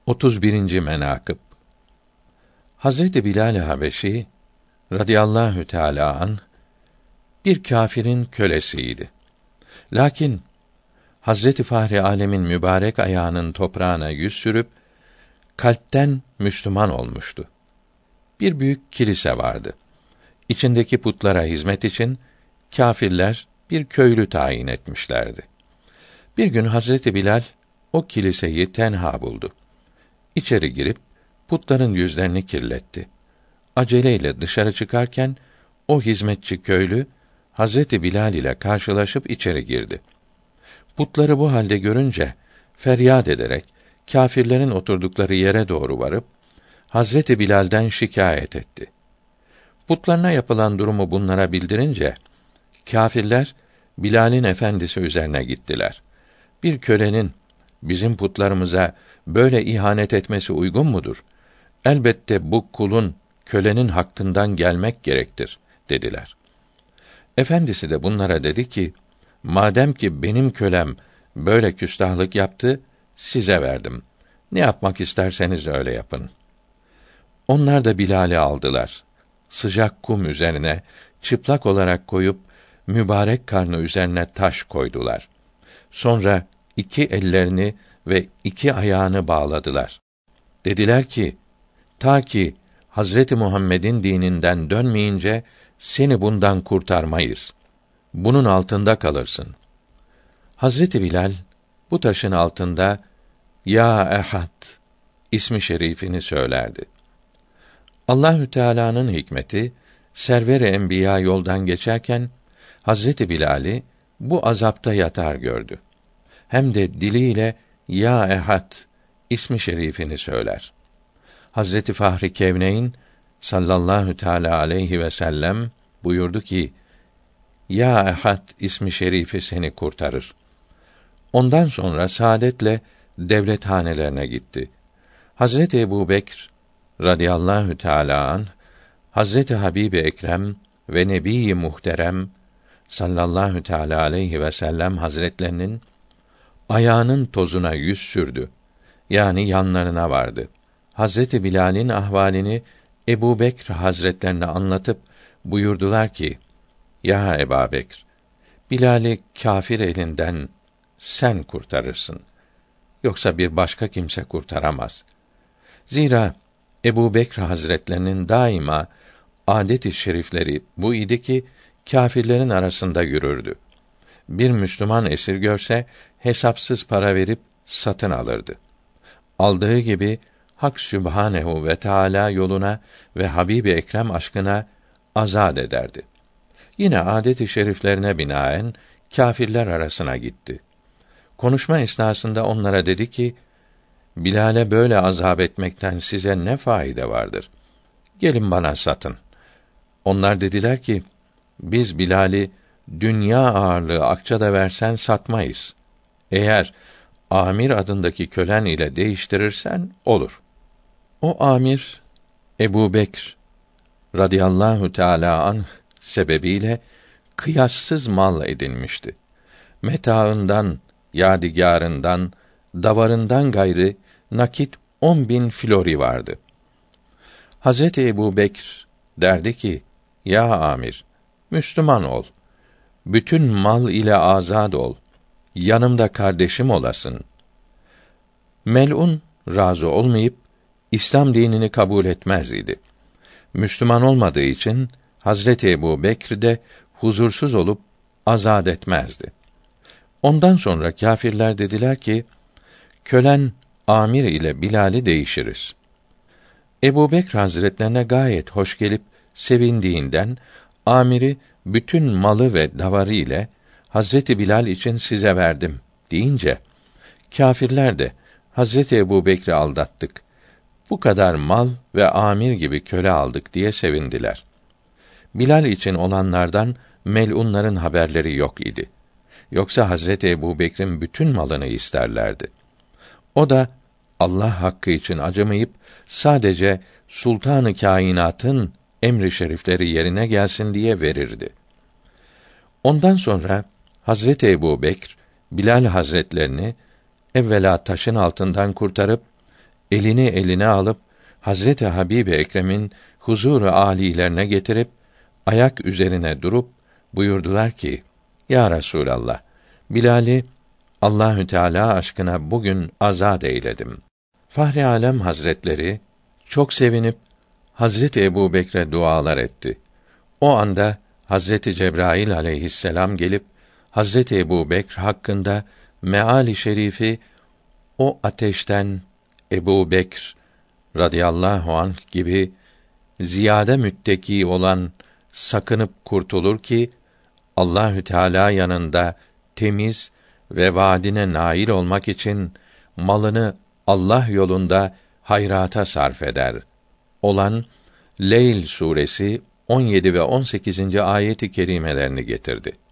31. menakıb Hazreti Bilal Habeşi radıyallahu teâlâ anh bir kâfirin kölesiydi. Lakin Hazreti Fahri Âlem'in mübarek ayağının toprağına yüz sürüp kalpten Müslüman olmuştu. Bir büyük kilise vardı. İçindeki putlara hizmet için kâfirler bir köylü tayin etmişlerdi. Bir gün Hazreti Bilal o kiliseyi tenha buldu. İçeri girip putların yüzlerini kirletti. Aceleyle dışarı çıkarken o hizmetçi köylü Hazreti Bilal ile karşılaşıp içeri girdi. Putları bu halde görünce feryat ederek kâfirlerin oturdukları yere doğru varıp Hazreti Bilal'den şikayet etti. Putlarına yapılan durumu bunlara bildirince kâfirler Bilal'in efendisi üzerine gittiler. Bir kölenin bizim putlarımıza böyle ihanet etmesi uygun mudur? Elbette bu kulun, kölenin hakkından gelmek gerektir, dediler. Efendisi de bunlara dedi ki, madem ki benim kölem böyle küstahlık yaptı, size verdim. Ne yapmak isterseniz öyle yapın. Onlar da Bilal'i aldılar. Sıcak kum üzerine çıplak olarak koyup mübarek karnı üzerine taş koydular. Sonra iki ellerini ve iki ayağını bağladılar. Dediler ki, ta ki Hazreti Muhammed'in dininden dönmeyince seni bundan kurtarmayız. Bunun altında kalırsın. Hazreti Bilal bu taşın altında Ya Ehad ismi şerifini söylerdi. Allahü Teala'nın hikmeti server-i enbiya yoldan geçerken Hazreti Bilal'i bu azapta yatar gördü. Hem de diliyle Ya Ehad ismi şerifini söyler. Hazreti Fahri Kevneyn sallallahu teâlâ aleyhi ve sellem buyurdu ki, Ya Ehad ismi şerifi seni kurtarır. Ondan sonra saadetle devlet hanelerine gitti. Hazreti Ebubekr radıyallahu teâlâ anh, Hazreti Habib-i Ekrem ve Nebi-i Muhterem sallallahu teâlâ aleyhi ve sellem hazretlerinin ayağının tozuna yüz sürdü. Yani yanlarına vardı. Hazreti Bilal'in ahvalini Ebubekr hazretlerine anlatıp buyurdular ki, Ya Ebubekr, Bilal'i kâfir elinden sen kurtarırsın. Yoksa bir başka kimse kurtaramaz. Zira Ebubekr hazretlerinin daima âdet-i şerifleri bu idi ki kâfirlerin arasında yürürdü. Bir Müslüman esir görse hesapsız para verip satın alırdı. Aldığı gibi Hak Sübhanehu ve Teâlâ yoluna ve Habib-i Ekrem aşkına azad ederdi. Yine âdet-i şeriflerine binaen kâfirler arasına gitti. Konuşma esnasında onlara dedi ki, Bilal'e böyle azap etmekten size ne faide vardır? Gelin bana satın. Onlar dediler ki, biz Bilal'i dünya ağırlığı akçada versen satmayız. Eğer Amir adındaki kölen ile değiştirirsen olur. O amir Ebubekr radıyallahu teâlâ anh sebebiyle kıyassız mal edinmişti. Metaından, yadigarından, davarından gayrı nakit 10.000 flori vardı. Hazreti Ebubekr derdi ki, Ya amir, Müslüman ol. Bütün mal ile azad ol. Yanımda kardeşim olasın. Mel'un razı olmayıp İslam dinini kabul etmez idi. Müslüman olmadığı için Hazreti Ebubekr de huzursuz olup azad etmezdi. Ondan sonra kâfirler dediler ki, kölen amir ile Bilal'i değişiriz. Ebubekr hazretlerine gayet hoş gelip sevindiğinden amiri bütün malı ve davarı ile Hazreti Bilal için size verdim deyince kâfirler de Hazreti Ebubekr'i aldattık. Bu kadar mal ve amir gibi köle aldık diye sevindiler. Bilal için olanlardan mel'unların haberleri yok idi. Yoksa Hazreti Ebubekr'in bütün malını isterlerdi. O da Allah hakkı için acımayıp sadece Sultan-ı Kainat'ın emri şerifleri yerine gelsin diye verirdi. Ondan sonra Hazreti Ebubekr Bilal hazretlerini evvela taşın altından kurtarıp elini eline alıp Hazreti Habib-i Ekrem'in huzur-u âlilerine getirip ayak üzerine durup buyurdular ki: Ya Resulallah, Bilal'i Allahü Teala aşkına bugün azat eyledim. Fahri Alem Hazretleri çok sevinip Hazreti Ebubekir'e dualar etti. O anda Hazreti Cebrail aleyhisselam gelip Hazreti Ebubekir hakkında meali şerifi o ateşten Ebubekir radıyallahu anh gibi ziyade mütteki olan sakınıp kurtulur ki Allahü Teala yanında temiz ve vaadine nail olmak için malını Allah yolunda hayrata sarf eder olan Leyl suresi 17 ve 18. ayet-i kerimelerini getirdi.